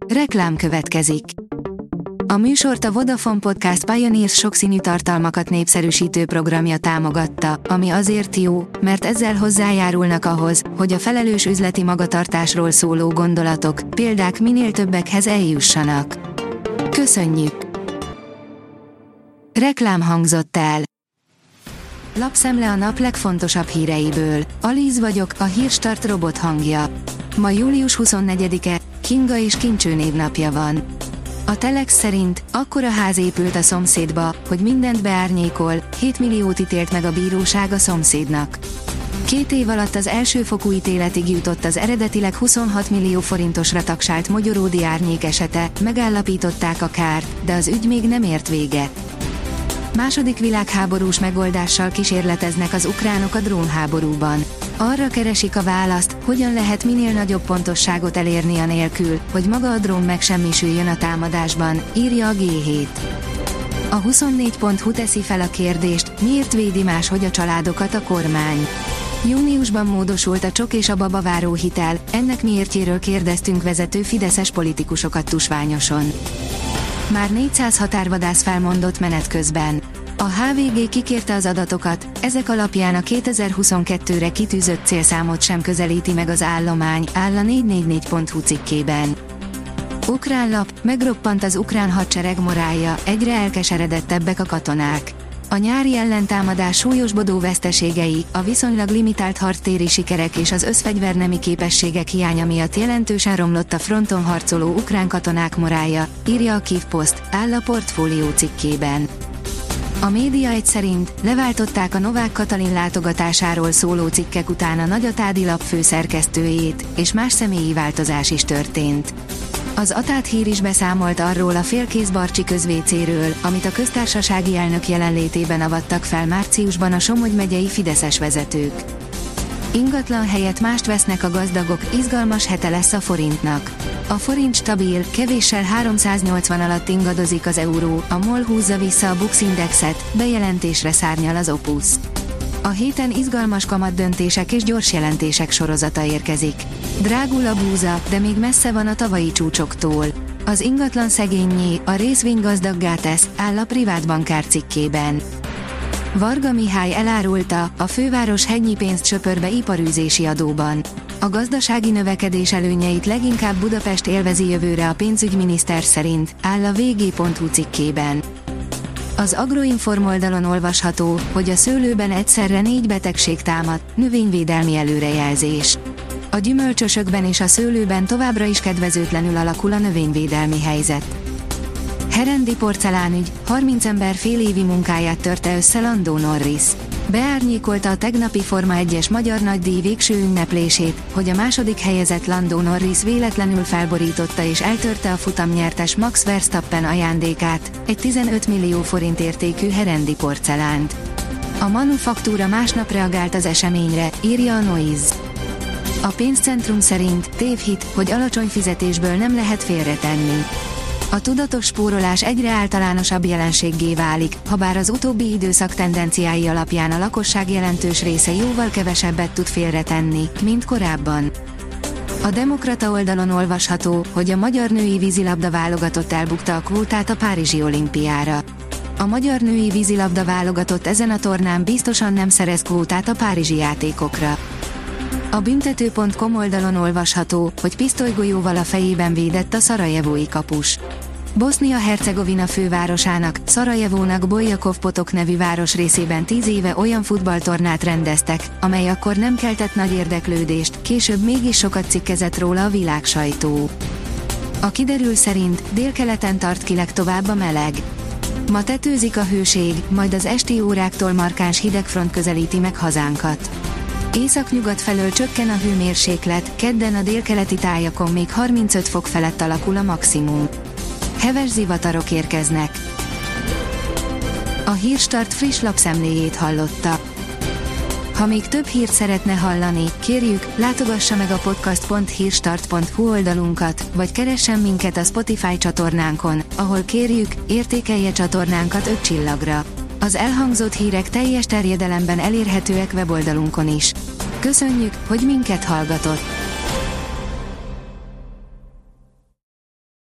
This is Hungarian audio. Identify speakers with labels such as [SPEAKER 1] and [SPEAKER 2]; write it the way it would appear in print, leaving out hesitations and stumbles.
[SPEAKER 1] Reklám következik. A műsort a Vodafone Podcast Pioneers sokszínű tartalmakat népszerűsítő programja támogatta, ami azért jó, mert ezzel hozzájárulnak ahhoz, hogy a felelős üzleti magatartásról szóló gondolatok, példák minél többekhez eljussanak. Köszönjük! Reklám hangzott el. Lapszemle a nap legfontosabb híreiből. Alíz vagyok, a Hírstart robot hangja. Ma július 24-e, Kinga és Kincső névnapja van. A Telex szerint akkora ház épült a szomszédba, hogy mindent beárnyékol, 7 milliót ítélt meg a bíróság a szomszédnak. 2 év alatt az elsőfokú ítéletig jutott az eredetileg 26 millió forintosra tagsált Mogyoródi árnyék esete, megállapították a kárt, de az ügy még nem ért véget. Második világháborús megoldással kísérleteznek az ukránok a drónháborúban. Arra keresik a választ, hogyan lehet minél nagyobb pontosságot elérni anélkül, hogy maga a drón megsemmisüljön a támadásban, írja a G7. A 24.hu teszi fel a kérdést, miért védi máshogy a családokat a kormány. Júniusban módosult a csok és a babaváró hitel, ennek miértjéről kérdeztünk vezető fideszes politikusokat tusványoson. Már 400 határvadász felmondott menet közben. A HVG kikérte az adatokat, ezek alapján a 2022-re kitűzött célszámot sem közelíti meg az állomány, áll a 444.hu cikkében. Ukrán lap, megroppant az ukrán hadsereg morálja, egyre elkeseredettebbek a katonák. A nyári ellentámadás súlyosbodó veszteségei, a viszonylag limitált harctéri sikerek és az összfegyvernemi képességek hiánya miatt jelentősen romlott a fronton harcoló ukrán katonák morálja, írja a Kyiv Post, áll a Portfólió cikkében. A Média 1 szerint leváltották a Novák Katalin látogatásáról szóló cikkek után a Nagyatádi lap főszerkesztőjét, és más személyi változás is történt. Az Atát hír is beszámolt arról a félkész Barcsi közvécéről, amit a köztársasági elnök jelenlétében avattak fel márciusban a Somogy megyei fideszes vezetők. Ingatlan helyett mást vesznek a gazdagok, izgalmas hete lesz a forintnak. A forint stabil, kevéssel 380 alatt ingadozik az euró, a MOL húzza vissza a Bux Indexet, bejelentésre szárnyal az Opus. A héten izgalmas kamatdöntések és gyors jelentések sorozata érkezik. Drágul a búza, de még messze van a tavalyi csúcsoktól. Az ingatlan szegényé, a részvény gazdaggá tesz, áll a Privát Bankár cikkében. Varga Mihály elárulta, a főváros hennyi pénzt söpör be iparűzési adóban. A gazdasági növekedés előnyeit leginkább Budapest élvezi jövőre a pénzügyminiszter szerint, áll a vg.hu cikkében. Az Agroinform oldalon olvasható, hogy a szőlőben egyszerre 4 betegség támad, növényvédelmi előrejelzés. A gyümölcsösökben és a szőlőben továbbra is kedvezőtlenül alakul a növényvédelmi helyzet. Herendi porcelánügy, 30 ember fél évi munkáját törte össze Lando Norris. Beárnyékolta a tegnapi Forma 1-es magyar nagydíj végső ünneplését, hogy a második helyezett Lando Norris véletlenül felborította és eltörte a futamnyertes Max Verstappen ajándékát, egy 15 millió forint értékű herendi porcelánt. A Manufaktúra másnap reagált az eseményre, írja a Noise. A pénzcentrum szerint tévhit, hogy alacsony fizetésből nem lehet félretenni. A tudatos spórolás egyre általánosabb jelenséggé válik, habár az utóbbi időszak tendenciái alapján a lakosság jelentős része jóval kevesebbet tud félretenni, mint korábban. A Demokrata oldalon olvasható, hogy a magyar női vízilabda válogatott elbukta a kvótát a párizsi olimpiára. A magyar női vízilabda válogatott ezen a tornán biztosan nem szerez kvótát a párizsi játékokra. A büntető.com oldalon olvasható, hogy pisztolygolyóval a fejében védett a szarajevói kapus. Bosznia-Hercegovina fővárosának, Szarajevónak Boljakov Potok nevű városrészében 10 éve olyan futballtornát rendeztek, amely akkor nem keltett nagy érdeklődést, később mégis sokat cikkezett róla a világsajtó. A kiderül szerint délkeleten tart ki legtovább a meleg. Ma tetőzik a hőség, majd az esti óráktól markáns hidegfront közelíti meg hazánkat. Északnyugat felől csökken a hőmérséklet, kedden a délkeleti tájakon még 35 fok felett alakul a maximum. Heves zivatarok érkeznek. A Hírstart friss lapszemléjét hallotta. Ha még több hírt szeretne hallani, kérjük, látogassa meg a podcast.hírstart.hu oldalunkat, vagy keressen minket a Spotify csatornánkon, ahol kérjük, értékelje csatornánkat 5 csillagra. Az elhangzott hírek teljes terjedelemben elérhetőek weboldalunkon is. Köszönjük, hogy minket hallgatott!